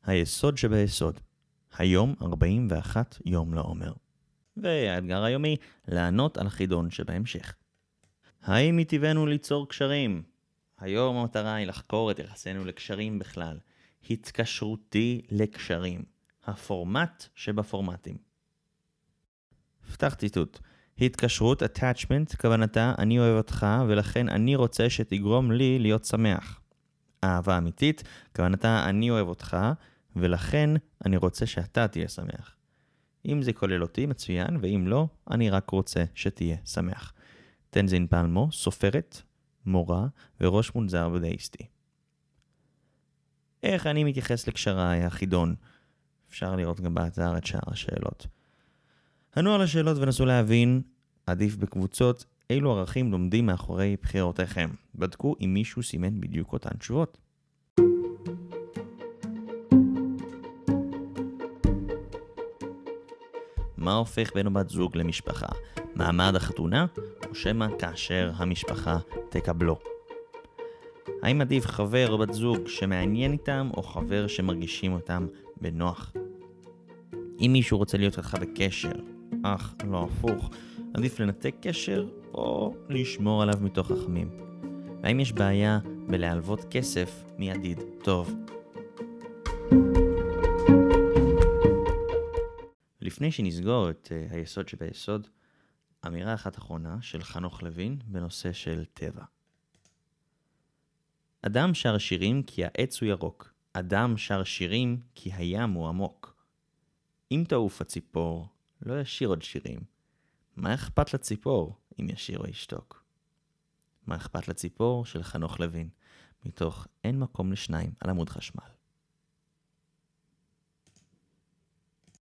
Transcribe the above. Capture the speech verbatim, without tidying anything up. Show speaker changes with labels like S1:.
S1: היסוד שביסוד. היום ארבעים ואחד יום לעומר. והאתגר היומי, לענות על החידון שבהמשך. האם מטבענו ליצור קשרים? היום המטרה היא לחקור את יחסנו לקשרים בכלל. התקשרותי לקשרים. הפורמט שבפורמטים. פתח ציטוט. התקשרות, attachment, כוונתה אני אוהב אותך ולכן אני רוצה שתגרום לי להיות שמח. אהבה אמיתית, כוונתה אני אוהב אותך ולכן אני רוצה שאתה תהיה שמח. אם זה כולל אותי מצוין, ואם לא, אני רק רוצה שתהיה שמח. תנזין פלמו, סופרת, מורה וראש מונזר בדייסטי. איך אני מתייחס לקשריי, החידון? אפשר לראות גם באתר את שאר השאלות. ענו על השאלות ונסו להבין, עדיף בקבוצות, אילו ערכים לומדים מאחורי בחירותיכם. בדקו אם מישהו סימן בדיוק אותן תשובות. מה הופך בן או בת זוג למשפחה? מעמד החתונה או שמא כאשר המשפחה תקבלו? האם עדיף חבר או בת זוג שמעניין איתם או חבר שמרגישים אותם בנוח? אם מישהו רוצה להיות איתך בקשר, אך לא הפוך, עדיף לנתק קשר או לשמור עליו מתוך רחמים? והאם יש בעיה בלהלוות כסף מידיד טוב? לפני שנסגור את uh, היסוד שביסוד, אמירה אחת אחרונה של חנוך לוין בנושא של טבע. אדם שר שירים כי העץ הוא ירוק. אדם שר שירים כי הים הוא עמוק. אם תעוף הציפור, לא ישיר עוד שירים. מה אכפת לציפור אם ישיר או ישתוק? מה אכפת לציפור של חנוך לוין, מתוך אין מקום לשניים על עמוד חשמל.